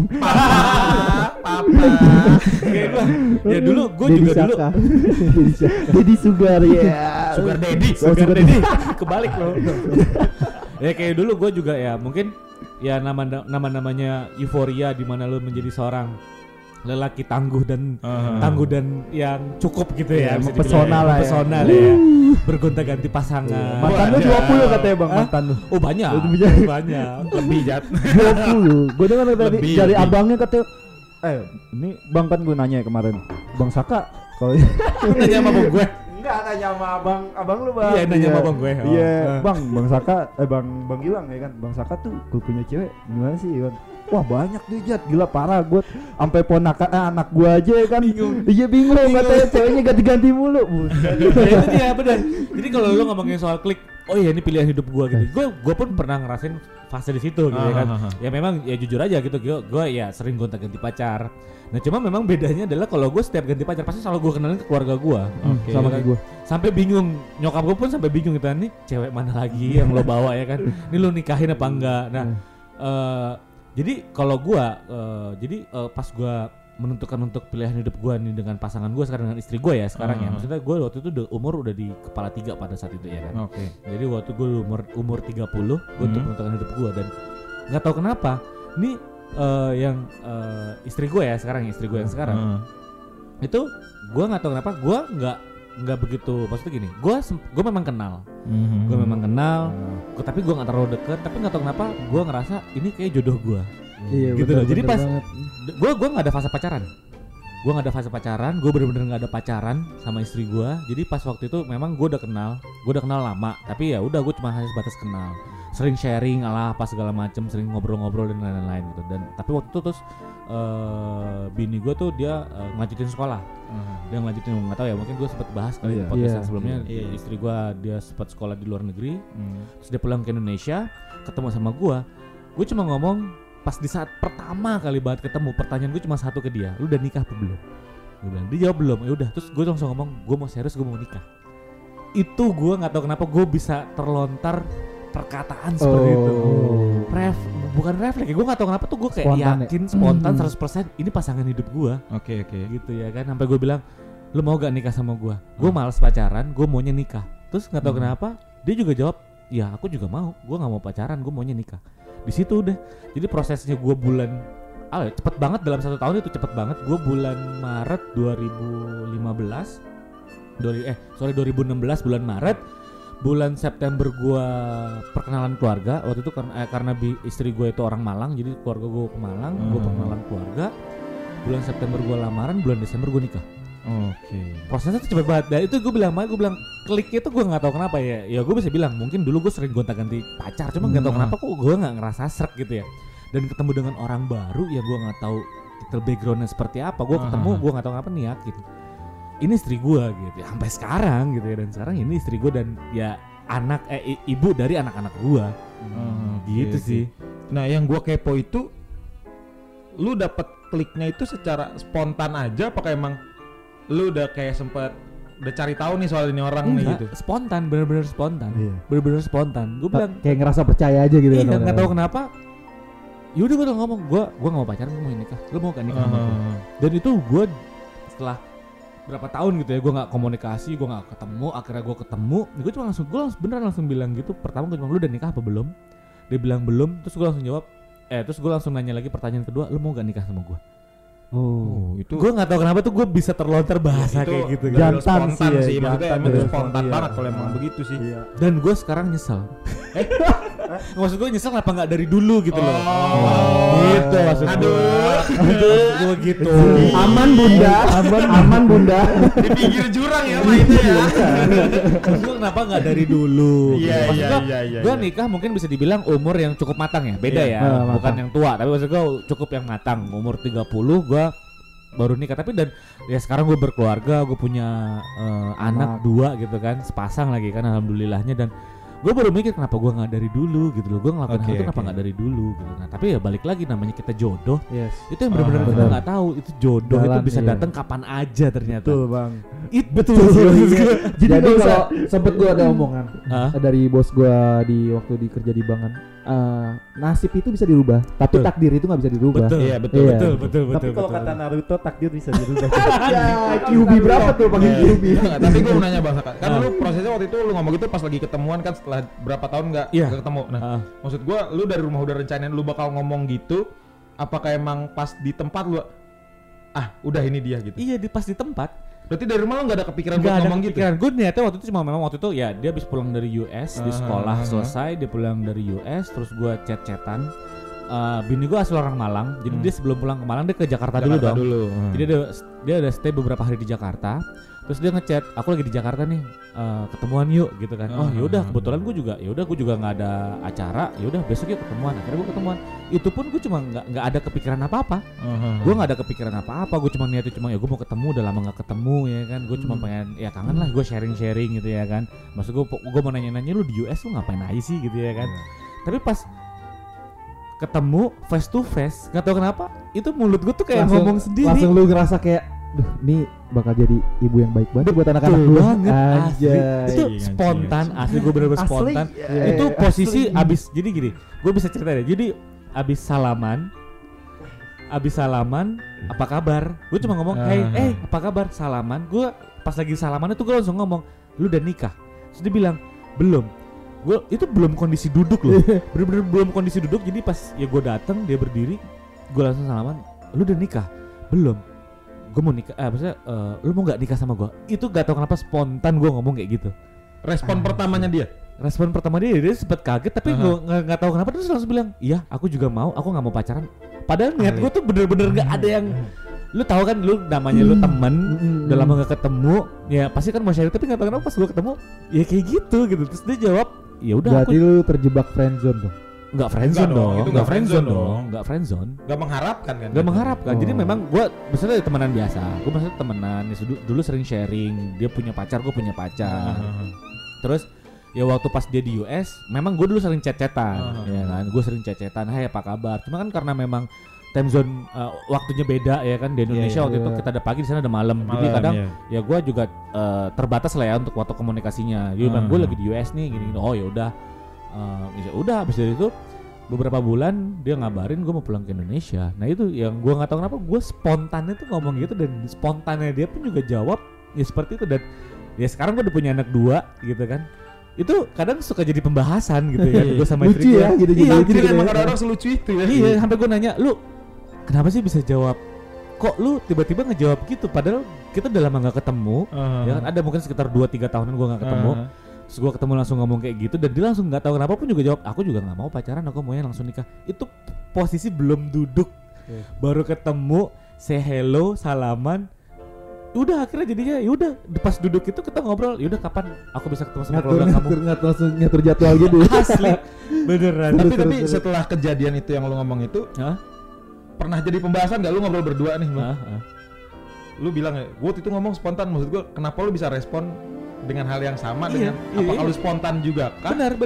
Papa. Kayak gue, ya dulu gue Dedi juga dulu Saka. Dedi Saka. Jadi sugar ya. Sugar daddy. Sugar daddy kebalik loh. Ya kayak dulu gue juga ya mungkin ya nama nama namanya euforia di mana lu menjadi seorang lelaki tangguh dan Uh-huh. tangguh dan yang cukup gitu ya, Iya, bisa mempesona dibilang lah ya. mempesona lah ya, bergonta-ganti pasangan. Mantan lu Wajar. dua puluh katanya Bang, mantan lu. Oh banyak, Itu bisa. banyak. Lebih Jat. dua puluh. Gua dengar tadi Lebih, dari lebih. abangnya katanya eh ini Bang kan gua nanya kemarin. Bang Saka kalau Nanya sama abang gue. enggak nanya sama abang abang lu Bang. Iya, nanya sama abang gue. Oh. Iya, Eh. Bang, Bang Saka eh Bang Bang Gilang ya kan. Bang Saka tuh gua punya cewek gimana sih kan? Wah banyak tuh Jat, gila parah gue sampai ponakan eh, anak gua aja ya kan Bingung. iya bingung, katanya ceweknya ganti-ganti mulu. Buset. Ya, itu dia benar. Jadi kalau lu ngomongin soal klik, oh iya ini pilihan hidup gua gitu. Gua gua pun pernah ngerasain fase di situ gitu ya kan. Ah, ah, ah. Ya memang ya jujur aja gitu. Gua, gua ya sering gonta-ganti pacar. Nah cuma memang bedanya adalah kalau gue setiap ganti pacar pasti selalu gue kenalin ke keluarga gue. Oke. Sama Ya kan? kayak gue. Sampai bingung, nyokap gue pun sampai bingung gitu, nih cewek mana lagi yang lo bawa ya kan? Ini lo nikahin apa enggak? Nah, eh, jadi kalau gue, eh, jadi eh, pas gue menentukan untuk pilihan hidup gue nih dengan pasangan gue sekarang dengan istri gue ya sekarang ya. Hmm. Maksudnya gue waktu itu udah umur udah di kepala tiga pada saat itu ya kan. Oke. Jadi waktu gue umur umur tiga puluh, gue untuk Hmm. menentukan hidup gue dan nggak tahu kenapa, nih eh, yang eh, istri gue ya sekarang, istri gue yang sekarang Uh. itu gue nggak tahu kenapa gue nggak nggak begitu, maksudnya gini, gue gue memang kenal, Mhm. gue memang kenal, gua, tapi gue nggak terlalu deket, tapi nggak tahu kenapa gue ngerasa ini kayak jodoh gue, Iya, gitu bener, loh. Jadi bener pas banget. gue gue nggak ada fase pacaran, gue nggak ada fase pacaran, gue bener-bener nggak ada pacaran sama istri gue. Jadi pas waktu itu memang gue udah kenal, gue udah kenal lama, tapi ya udah gue cuma hanya sebatas kenal, sering sharing ala apa segala macem, sering ngobrol-ngobrol dan lain-lain gitu. Dan tapi waktu itu terus eh, bini gue tuh dia eh, ngelanjutin sekolah. Uh. Dia ngelanjutin, nggak tahu ya, mungkin gue sempat bahas kali Iya. di podcast Iya. yang sebelumnya. Iya. Istri gue dia sempat sekolah di luar negeri, Hmm. terus dia pulang ke Indonesia, ketemu sama gue. Gue cuma ngomong pas di saat pertama kali banget ketemu, pertanyaan gue cuma satu ke dia, lu udah nikah apa belum? Gue bilang, dia jawab belum. Ya udah, terus gue langsung ngomong, gue mau serius, gue mau nikah. Itu gue nggak tahu kenapa gue bisa terlontar perkataan seperti itu. Oh. Ref, bukan refleks ya, gue nggak tahu kenapa tuh gue kayak Spontan ya? yakin spontan Hmm. seratus persen ini pasangan hidup gue. Oke oke. Gitu ya kan, sampai gue bilang lu mau gak nikah sama gue? Gue males pacaran, gue maunya nikah. Terus nggak tahu Hmm. kenapa dia juga jawab, ya aku juga mau, gue nggak mau pacaran, gue maunya nikah. Di situ udah, jadi prosesnya gue bulan, ah cepet banget dalam satu tahun itu cepet banget. Gue bulan Maret dua ribu lima belas, dua, eh sorry dua ribu enam belas bulan Maret, bulan September gue perkenalan keluarga. Waktu itu karena eh, karena bi- istri gue itu orang Malang, jadi keluarga gue ke Malang, gue Hmm. perkenalan keluarga. Bulan September gue lamaran, bulan Desember gue nikah. Oke. Prosesnya tuh cepet banget. Dan itu gue bilang, makanya gue bilang kliknya tuh gue nggak tahu kenapa ya. Ya gue bisa bilang mungkin dulu gue sering gonta-ganti pacar, cuma nggak tahu Hmm. kenapa kok gue nggak ngerasa srek gitu ya. Dan ketemu dengan orang baru yang gue nggak tahu detail backgroundnya seperti apa. Gue ketemu, Ah. gue nggak tahu kenapa nih yakin ini istri gue gitu ya, sampai sekarang gitu ya. Dan sekarang ini istri gue dan ya anak eh i- ibu dari anak-anak gue. Hmm, Gitu oke, sih. oke. Nah yang gua kepo itu, lu dapet kliknya itu secara spontan aja, apakah emang lu udah kayak sempet udah cari tahu nih soal ini orang nih Enggak, gitu. spontan, bener-bener spontan, Iya. bener-bener spontan. Gue Ta- bilang, kayak ngerasa percaya aja gitu iya kan. nggak tahu kenapa. Yaudah gue udah ngomong, gue gue nggak mau pacaran, gue mau nikah. Lu mau gak nikah sama gue? Uh, Dan itu gue setelah berapa tahun gitu ya, gue nggak komunikasi, gue nggak ketemu. Akhirnya gue ketemu, gue cuma langsung, gue langsung beneran langsung bilang gitu. Pertama gue cuma, lu udah nikah apa belum? Dia bilang belum. Terus gue langsung jawab, eh terus gue langsung nanya lagi pertanyaan kedua, lu mau gak nikah sama gue? Oh. oh, itu Gue nggak tahu kenapa tuh gue bisa terlontar bahasa itu kayak gitu. bener-bener Jantan spontan sih ya, sih, maksudnya jantan emang bener. spontan Iya. banget kalau emang begitu sih. Iya. Dan gue sekarang nyesel. eh, maksud gue nyesel kenapa nggak dari dulu gitu loh. Oh. Gitu maksud gue. Aduh. Aduh, gue gitu. Aman bunda, aman aman bunda. Di pinggir jurang ya mainnya ya. Maksud gue kenapa nggak dari dulu? Iya, gitu. Maksud iya, gue, iya, iya, gue iya. nikah mungkin bisa dibilang umur yang cukup matang ya. Beda Iya, ya, ah, bukan matang. yang tua. Tapi maksud gue cukup yang matang. Umur tiga puluh gue baru nikah. Tapi dan ya sekarang gue berkeluarga, gue punya eh, anak dua gitu kan, sepasang lagi kan, alhamdulillahnya. Dan gue baru mikir kenapa gue nggak dari dulu gitu loh. Gue ngelakuin Oke, hal itu kenapa oke. nggak dari dulu gitu. Nah tapi ya balik lagi, namanya kita jodoh. Yes. Itu yang benar-benar Ah, kita benar. nggak tahu. Itu jodoh Jalan, itu bisa iya. datang kapan aja ternyata. Betul bang. It, betul. Jadi, nggak usah- kalau sempet gua ada omongan Hah? dari bos gua di waktu di kerja di bankan, eh, nasib itu bisa dirubah, tapi Betul. takdir itu nggak bisa dirubah. Betul. Iya, betul, Iya. Betul, betul, betul. Tapi kalau betul. kata Naruto takdir bisa dirubah. Ya, Q B berapa tuh panggil Iya. Q B? Enggak, tapi gue mau nanya Bang Saka. Kan Ah. lu prosesnya waktu itu lu ngomong gitu pas lagi ketemuan kan, setelah berapa tahun nggak Iya. nggak ketemu. Nah, Ah. maksud gue lu dari rumah udah rencanain lu bakal ngomong gitu, apakah emang pas di tempat lu ah udah ini dia gitu? Iya, di pas di tempat. Berarti dari rumah lu nggak ada kepikiran buat Gak ada ngomong gitu? kepikiran. Gue niatnya waktu itu cuma memang waktu itu ya dia habis pulang dari U S di Ah, sekolah ah, ah. selesai, dia pulang dari U S terus gue chat-chatan. Eh, bini gue asal orang Malang, jadi Hmm. dia sebelum pulang ke Malang dia ke Jakarta, Jakarta dulu dong. dulu. Jadi dia dia udah stay beberapa hari di Jakarta. Terus dia ngechat, aku lagi di Jakarta nih, eh, ketemuan yuk gitu kan. Oh Ah, yaudah, ah, kebetulan gue juga, yaudah gue juga nggak ada acara, yaudah besok yuk ketemuan. Akhirnya gue ketemuan. Itu pun gue cuma nggak nggak ada kepikiran apa-apa. Gue nggak ada kepikiran apa-apa. Gue cuma niatnya cuma ya gue mau ketemu, udah lama nggak ketemu ya kan. Gue cuma Hmm. pengen ya kangen lah, gue sharing-sharing gitu ya kan. Maksud gue, gue mau nanya-nanya lu di U S lu ngapain aja sih gitu ya kan. Tapi pas ketemu face to face, nggak tahu kenapa itu mulut gue tuh kayak Langsung- ngomong sendiri. Langsung lu ngerasa kayak, duh, ini bakal jadi ibu yang baik banget buat anak-anak Betul gue. banget, asli. Anjay. Itu Anjing, spontan, asli gue bener-bener Asli, spontan. eh, Itu posisi asli. abis, jadi gini, gue bisa cerita deh. Jadi abis salaman, abis salaman, apa kabar? Gue cuma ngomong, hey, Ah. eh, apa kabar? Salaman. Gue pas lagi salaman itu gue langsung ngomong, lu udah nikah? Terus dia bilang, belum. Gue itu belum kondisi duduk loh, bener-bener belum kondisi duduk. Jadi pas ya gue dateng, dia berdiri, gue langsung salaman, lu udah nikah? Belum. Gue mau nikah, eh, maksudnya, eh, lu mau nggak nikah sama gue? Itu gak tau kenapa spontan gue ngomong kayak gitu. Respon pertamanya dia. Respon pertama dia, dia sempet kaget, tapi Aha. gue nggak nggak tahu kenapa terus langsung bilang, iya, aku juga mau, aku nggak mau pacaran. Padahal niat Alik. gue tuh bener-bener nggak ada yang, lu tahu kan, lu namanya lu temen, Mm-mm. udah lama gak ketemu, ya pasti kan mau sharing, tapi nggak tahu kenapa pas gue ketemu, ya kayak gitu gitu. Terus dia jawab, ya udah Berarti aku lu terjebak friendzone tuh. nggak friendzone Enggak dong, dong, itu nggak nggak friendzone friendzone dong, nggak friendzone, Gak mengharapkan kan? nggak mengharapkan. Jadi Oh. memang gue maksudnya temenan biasa, gue maksudnya temenan, ya, dulu, dulu sering sharing, dia punya pacar, gue punya pacar. Ah. Terus ya waktu pas dia di U S, memang gue dulu sering chat-chatan, Ah. ya kan, gue sering chat-chatan, hai apa kabar. Cuma kan karena memang time zone uh, waktunya beda ya kan, di Indonesia Iya, waktu iya. itu kita ada pagi, di sana ada malam. Jadi Malam, kadang iya. ya gue juga uh, terbatas lah ya untuk waktu komunikasinya. Dia bilang Ah. gue lagi di U S nih, gini-gini. Oh ya udah, uh, ya udah. Habis dari itu beberapa bulan dia ngabarin gue mau pulang ke Indonesia. Nah itu yang gue nggak tahu kenapa gue spontannya tuh ngomong gitu, dan spontannya dia pun juga jawab ya seperti itu. Dan ya sekarang gue udah punya anak dua gitu kan. Itu kadang suka jadi pembahasan gitu ya gue sama Lucu istri gue. ya, gitu, Iya, gitu, jadi gitu emang ya. kadang-kadang selucu itu ya. Iya, sampai gue nanya, lu kenapa sih bisa jawab? Kok lu tiba-tiba ngejawab gitu? Padahal kita udah lama nggak ketemu. Ah. Ya kan ada mungkin sekitar dua tiga tahunan gue nggak ketemu. Ah. Terus gue ketemu langsung ngomong kayak gitu, dan dia langsung nggak tahu kenapa pun juga jawab, aku juga nggak mau pacaran, aku maunya langsung nikah. Itu posisi belum duduk, baru ketemu, say hello, salaman. Udah akhirnya jadinya yaudah pas duduk itu kita ngobrol, yaudah kapan aku bisa ketemu sama Ngatur, keluarga kamu. ngatur, ngatur, langsung ngatur jadwal gitu. Asli beneran. Tapi Terus, tapi terus, setelah kejadian itu yang lu ngomong itu, Hah? pernah jadi pembahasan gak lu ngobrol berdua nih, Bang? Hah? Hah? Lu bilang ya, gue itu ngomong spontan, maksud gue kenapa lu bisa respon dengan hal yang sama Iya, dengan iya, apa iya. kalau spontan juga kan? Benar benar.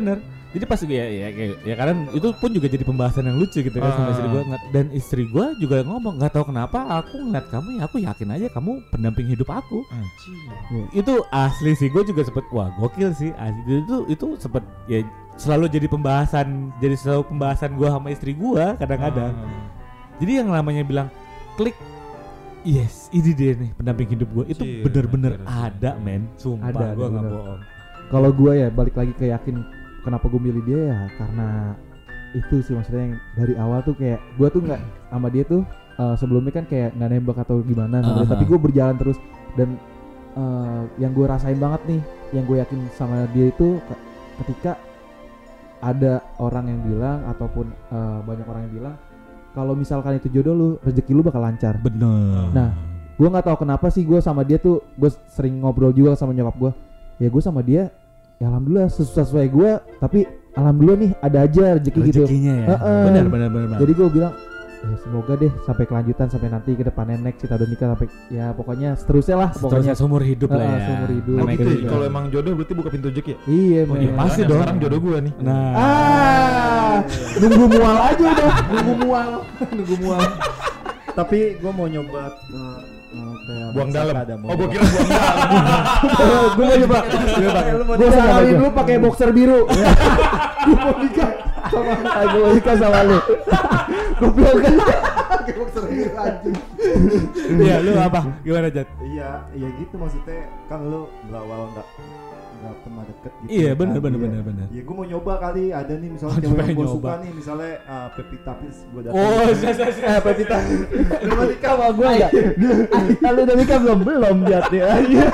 Jadi pas gue ya ya kayak ya karena itu pun juga jadi pembahasan yang lucu gitu kan sama Ah. istri gue, dan istri gue juga ngomong nggak tahu kenapa aku ngeliat kamu ya aku yakin aja kamu pendamping hidup aku. Anjing. Itu asli sih, gue juga sempet wah gokil sih asli. itu itu sempet ya selalu jadi pembahasan jadi selalu pembahasan gue sama istri gue kadang-kadang. Ah. Jadi yang namanya bilang klik, yes ini dia nih pendamping hidup gue, itu Cira, bener-bener cira, ada cira. men, sumpah Ada, gue ada, nggak bener. bohong. Kalau gue ya balik lagi ke yakin kenapa gue milih dia ya karena itu sih maksudnya yang dari awal tuh kayak gue tuh nggak sama dia tuh uh, sebelumnya kan kayak nggak nembak atau gimana sama dia, Uh-huh. tapi gue berjalan terus dan uh, yang gue rasain banget nih yang gue yakin sama dia itu ke- ketika ada orang yang bilang ataupun uh, banyak orang yang bilang kalau misalkan itu jodoh lu rezeki lu bakal lancar. Bener. Nah, gue nggak tahu kenapa sih gue sama dia tuh gue sering ngobrol juga sama nyokap gue. Ya gue sama dia, ya alhamdulillah sesuai sesuai gue, tapi alhamdulillah nih ada aja rezeki gitu. Rezekinya ya. Heeh. Benar benar benar. benar. Jadi gue bilang, ya semoga deh sampai kelanjutan sampai nanti ke depannya next kita udah nikah sampai ya pokoknya seterusnya lah Seterusnya pokoknya. seumur hidup lah Heeh, ya. seumur hidup. Oh Namanya gitu ya, juga. kalau emang jodoh berarti buka pintu rezeki ya? Iya, Oh, men. iya, pasti Jangan, dong. sekarang jodoh gua nih. Nah, Ah, nunggu mual aja udah, nunggu mual, nunggu mual. Tapi gue mau nyoba uh, uh, kayak Buang Saka dalam. ada, mau Oh gua buang- kira buang dalam. Gue mau nyoba, gue saranin dulu pakai boxer biru. Gue mau nikah sama, gue mau nikah sama lu. Gue bilang kan pakai boxer biru anjing. iya lu apa? Gimana Jat? Iya, iya gitu maksudnya kan lu berawal nggak nggak pernah deket gitu. Iya, kan, benar, benar, iya. benar, benar. Iya, gue mau nyoba kali ada nih misalnya Oh, cewek yang pengen gue nyoba. suka nih misalnya uh, Pevita Pierce gue datang. Oh, saya saya Eh, Pevita, lu mau nikah sama gue nggak? Kalau udah nikah belum? Belum Jat ya.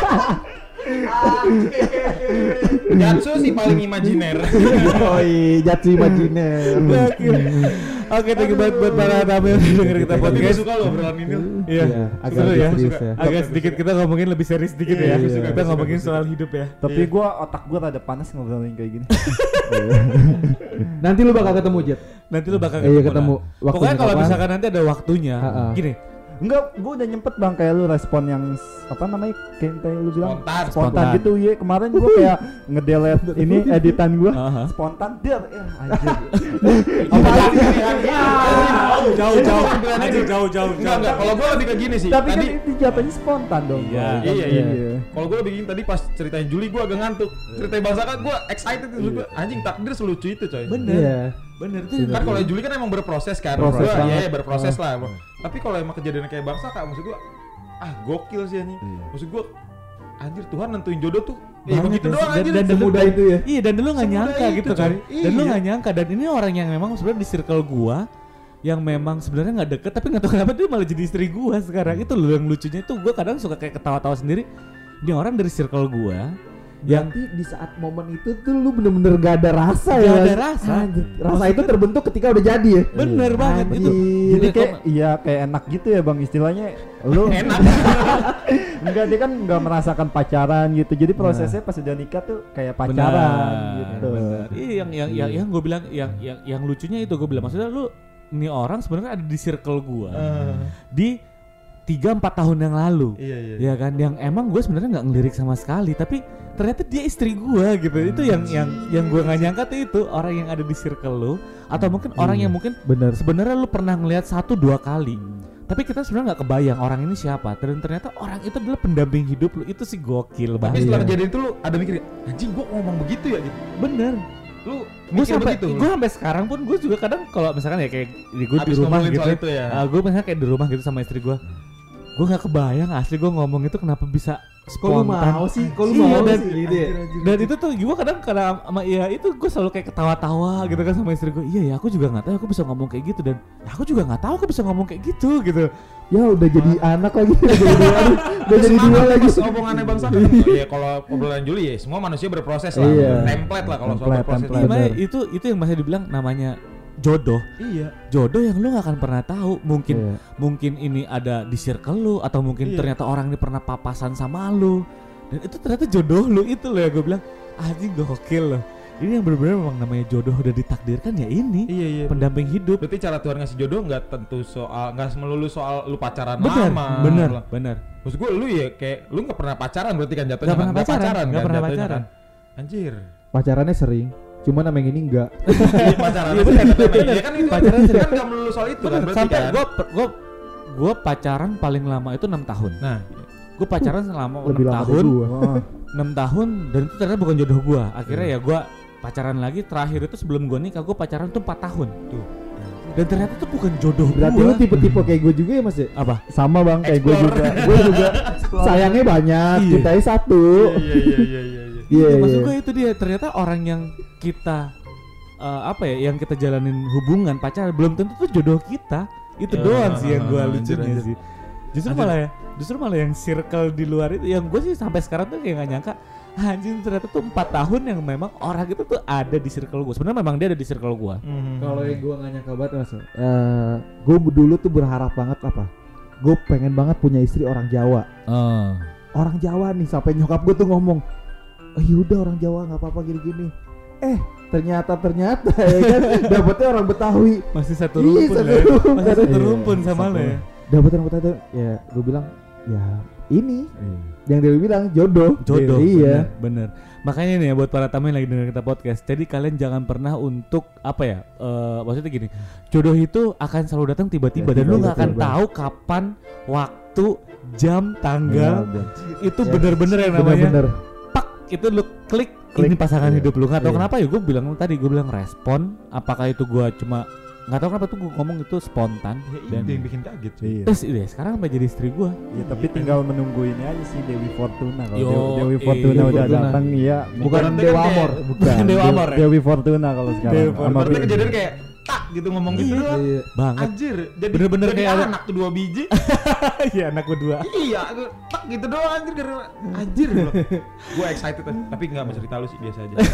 Jatsu sih paling imajiner. Oi, Jat si imajiner. Oke, thank you banget buat para tamu yang udah denger kita Tapi gua podcast. suka loh obrolan ini. Iya, Iya, agak seru lebih ya. serius ya. Agak sedikit kita ngomongin lebih serius sedikit Iya, ya. iya, Kita iya. ngomongin Suka, soal hidup ya. Tapi Iya. gue otak gue rada panas ngobrolin kayak gini. Nanti lu bakal ketemu Jat. Nanti lu bakal Iya ketemu. lah. Pokoknya kalau misalkan nanti ada waktunya, Ha-ha. gini, Enggak, gue udah nyempet bang kayak lu respon yang s- apa namanya kayak kayak lu bilang Spontan, spontan spontan. gitu ya. Kemarin gue kayak ngedelete ini editan gue Aha. spontan der ya anjir. jauh jauh jauh, anjir jauh jauh Enggak enggak, kalau gua lebih ke gini sih. Tapi kan Tadi itu jatuhnya spontan dong. Iya, Bang. iya iya. Kalau gua lebih gini tadi pas ceritain Juli gua agak ngantuk. Ceritain Bang Saka gua excited itu gua anjing takdir selucu itu coy. bener, Iya. bener itu. Bener. Kan kalau Juli kan emang berproses kan. Proses Gua, banget. iya berproses lah. Tapi kalau emang kejadian kayak Bang Saka maksud gua ah gokil sih anjing. Iya. Maksud gua anjir Tuhan nentuin jodoh tuh. Ya Banget begitu ya, doang dan- anjir. dan- Semudah itu ya. Iya, dan dulu nggak Semudah nyangka itu, gitu kan. coy. Dan lu Iya. nggak nyangka, dan ini orang yang memang sebenarnya di circle gua yang memang sebenarnya nggak deket, tapi nggak tahu kenapa dia malah jadi istri gua sekarang. Itu loh yang lucunya itu, gua kadang suka kayak ketawa-tawa sendiri. Ini orang dari circle gua yang Berarti di saat momen itu tuh lu bener-bener gak ada rasa Gak ya. ada Mas? rasa. Anjir, rasa Maksudnya- itu terbentuk ketika udah jadi ya. bener banget itu. Anjir. Jadi Gila, kayak kok- iya kayak enak gitu ya bang istilahnya lu Enak. enggak dia kan enggak merasakan pacaran gitu jadi prosesnya pas udah nikah tuh kayak pacaran gitu. bener. Iya, yang yang yang, yang gue bilang yang yang yang lucunya itu gue bilang maksudnya lu ini orang sebenarnya ada di circle gua Eh, di tiga empat tahun yang lalu. Iya iya. Ya kan, yang emang gue sebenarnya nggak ngelirik sama sekali, tapi ternyata dia istri gue gitu. Itu yang yang yang gue nggak nyangka tuh itu orang yang ada di circle lo, atau mungkin orang yang mungkin Bener. sebenarnya lu pernah ngelihat satu dua kali, tapi kita sebenarnya nggak kebayang orang ini siapa. Dan ternyata orang itu adalah pendamping hidup lu. Itu sih gokil Tapi banget. setelah Iya. kejadian itu lu ada mikir anjing gua ngomong begitu ya gitu. Bener. Lu Gue mikir sampai begitu. gue sampai sekarang pun gue juga kadang kalau misalkan ya kayak di gue di Habis rumah ngomongin gitu, soal itu ya. gue misalnya kayak di rumah gitu sama istri gue, gue nggak kebayang asli gue ngomong itu kenapa bisa Kok lu spontan. mau sih? Kok lu Iya, mau dan, sih gitu ya? dan itu tuh gue kadang kadang sama ya itu gue selalu kayak ketawa-tawa gitu kan sama istri gue. Iya ya aku juga nggak tahu aku bisa ngomong kayak gitu, dan ya, aku juga nggak tahu aku bisa ngomong kayak gitu gitu. Ya udah jadi anak lagi, udah jadi dua, aduh, udah Terus jadi dua semangat lagi. pas omongannya Bang Saka. Iya kalau obrolan Juli ya semua manusia berproses lah. Iya. Template lah kalau soal Template, berproses. template. Iya, makanya bener. itu itu yang masih dibilang namanya jodoh. Iya. Jodoh yang lu nggak akan pernah tahu. Mungkin Iya. mungkin ini ada di circle lu, atau mungkin Iya. ternyata orang ini pernah papasan sama lu, dan itu ternyata jodoh lu. Itu loh ya gue bilang anjing gokil loh. Ini yang benar-benar memang namanya jodoh udah ditakdirkan ya ini. Iya iya. Pendamping hidup. Berarti cara Tuhan ngasih jodoh nggak tentu soal nggak melulu soal lu pacaran Bener, lama. bener, bener. Maksud gue lu ya kayak lu nggak pernah pacaran berarti kan jatuhnya Nggak pernah Nggak pacaran, nggak kan pernah jatuhnya pacaran. kan. Anjir. Pacarannya sering. cuman sama yang ini enggak. Iya, pacaran Iya, sih, bener, tetep bener. aja. Kan itu Pacaran kan serius. enggak melulu soal itu kan Bener, berarti sampai kan. gue gue gue pacaran paling lama itu enam tahun. Nah, Gue pacaran selama Lebih enam lama tahun, dari gua. enam tahun dan itu ternyata bukan jodoh gue. Akhirnya ya gue pacaran lagi, terakhir itu sebelum gue nikah gue pacaran tuh empat tahun. tuh. Dan ternyata tuh bukan jodoh Berarti gue. lu tipe-tipe kayak gue juga ya Mas ya? Apa? Sama bang kayak gue Explore. juga. Gue juga sayangnya banyak, Iya. cintanya satu. Iya iya iya iya iya. Iya, Iya, maksud iya. gue itu dia ternyata orang yang kita eh, apa ya, yang kita jalanin hubungan pacaran belum tentu tuh jodoh kita. Itu Ya, doang sih yang gue anjir, lucunya anjir. sih. Justru Anjir. malah ya, justru malah yang circle di luar itu yang gue sih sampai sekarang tuh kayak gak nyangka anjing ternyata tuh empat tahun yang memang orang itu tuh ada di circle gue. Sebenarnya memang dia ada di circle gue. Mhm. Kalau yang gue gak nyangka banget Mas, eh gue dulu tuh berharap banget apa? Gue pengen banget punya istri orang Jawa. Oh. Orang Jawa nih, sampai nyokap gue tuh ngomong, oh yaudah orang Jawa nggak apa-apa gini-gini. Eh ternyata ternyata ya kan dapetnya orang Betawi. Masih satu Iya, rumpun satu lah ya. rumpun. Masih satu Iya, rumpun sama satu. lo ya. Dapet orang Betawi ya, gue bilang ya ini yang dia bilang jodoh. Jodoh. Iya. Bener, bener. Makanya nih ya buat para tamu yang lagi dengar kita podcast. Jadi kalian jangan pernah untuk apa ya? eh, maksudnya gini, jodoh itu akan selalu datang tiba-tiba Ya, dan lu nggak tiba-tiba. akan tahu kapan, waktu, jam, tanggal. Itu Ya, bener-bener yang namanya Bener-bener. pak itu lu klik, Klik. ini pasangan Iya. hidup lu. Nggak tahu Iya. kenapa ya gue bilang tadi gue bilang respon. Apakah itu gue cuma nggak tahu kenapa tuh gue ngomong itu spontan Ya, dan itu yang bikin kaget sih. Iya. terus ya sekarang sampai jadi istri gue. Iya, tapi tinggal menunggu ini aja sih Dewi Fortuna. Kalau Yo, Dewi, Dewi eh, Fortuna Dewi udah Fortuna. datang, iya. Bukan Berarti Dewa kan Amor. kayak- Bukan Dewa Amor ya? Dewi Fortuna kalau sekarang. Dewi Sama Fortuna. Berarti Bi- kejadian kayak tak gitu ngomong gitu doang. Iya. Banget. Anjir, jadi Bener-bener jadi kayak ada- anak tuh dua biji. Iya anak kedua. Iya, aku tak gitu doang anjir karena anjir. Gue excited tapi enggak mau cerita lu sih biasa aja.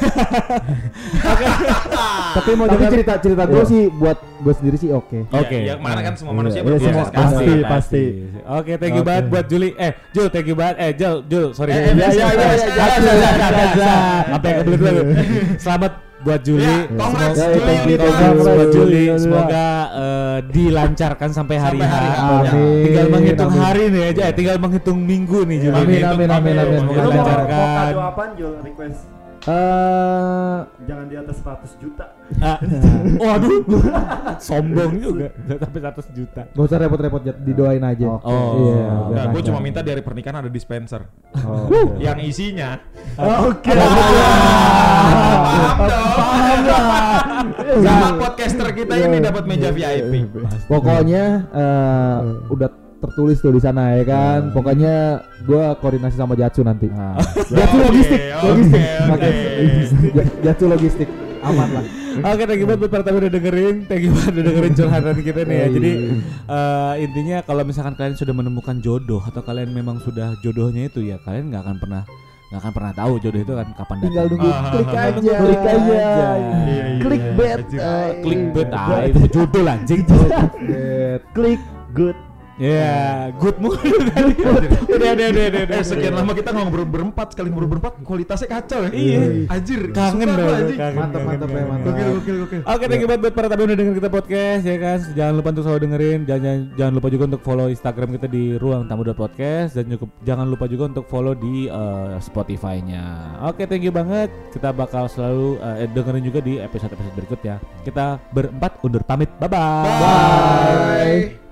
Tapi mau Tapi dengar cerita cerita gue Iya. sih buat gue sendiri sih oke. Oke. Ya, mana kan semua Iya, manusia iya, berbeda semua sekali. pasti, pasti. Oke, thank you Oke. banget buat Juli. Eh, Jul, thank you banget. Eh, Jul, Jul, sorry. Eh, eh, Ya, biasa, ya, ya, biasa, ya, biasa, biasa, biasa, biasa, biasa. Apa yang kebelet lagi? Selamat buat Juli. Ya, congrats, Semoga- Juli. thank you, Congrats, congrats buat Juli. Juli. Juli. Semoga eh, dilancarkan sampai hari Sampai hari H. H. Amin. Tinggal menghitung Amin. hari nih aja. Eh, tinggal menghitung minggu nih Juli. Amin, amin, amin, amin. Semoga Lu mau, dilancarkan. mau kado apaan Jul? Request Eh jangan di atas seratus juta. Ah, waduh, sombong juga. Nggak sampai seratus juta. gak usah repot-repot Jat, didoain aja. Oke. Oh. Iya. Nah, Nah, biar gue cuma lancar. minta di hari pernikahan ada dispenser Oh, yang isinya Oke. paham dong. Paham lah. Sama podcaster kita ini dapat meja V I P. Pokoknya eh, udah tertulis tuh di sana ya kan. Pokoknya gua koordinasi sama Jatsu nanti. Nah, Jatsu Oke, logistik, oke, logistik. oke. Oke. Ja- Jatsu logistik. Aman lah. Oke, thank you banget buat para tamu udah dengerin. Thank you banget udah dengerin curhatan kita nih ya. Iya. Jadi eh, intinya kalau misalkan kalian sudah menemukan jodoh atau kalian memang sudah jodohnya itu ya kalian nggak akan pernah nggak akan pernah tahu jodoh itu kan kapan Tinggal datang. nunggu Ah, klik ah, aja. ah, Klik aja. aja. Iya, iya, Klik iya. bet. Anjir. eh, Klik bet ah itu jodoh lah, anjing. Bet. klik good. Ya, good mood tadi. Udah, udah, udah, udah, udah. Eh sekian lama kita ngobrol berempat, sekali ngobrol berempat kualitasnya kacau ya. Iya. Anjir, Kangen suka gua, dong, anjing. kangen, Mantap, kangen, mantap ya, kangen. mantap. Gokil, gokil, gokil. Oke, thank you banget buat para tamu udah dengerin kita podcast ya kan. Jangan lupa untuk selalu dengerin, jangan jangan, jangan lupa juga untuk follow Instagram kita di ruang tamu podcast dan juga jangan lupa juga untuk follow di eh, Spotify-nya. Oke, thank you banget. Kita bakal selalu eh, dengerin juga di episode-episode berikutnya. Kita berempat undur pamit. Bye bye. Bye.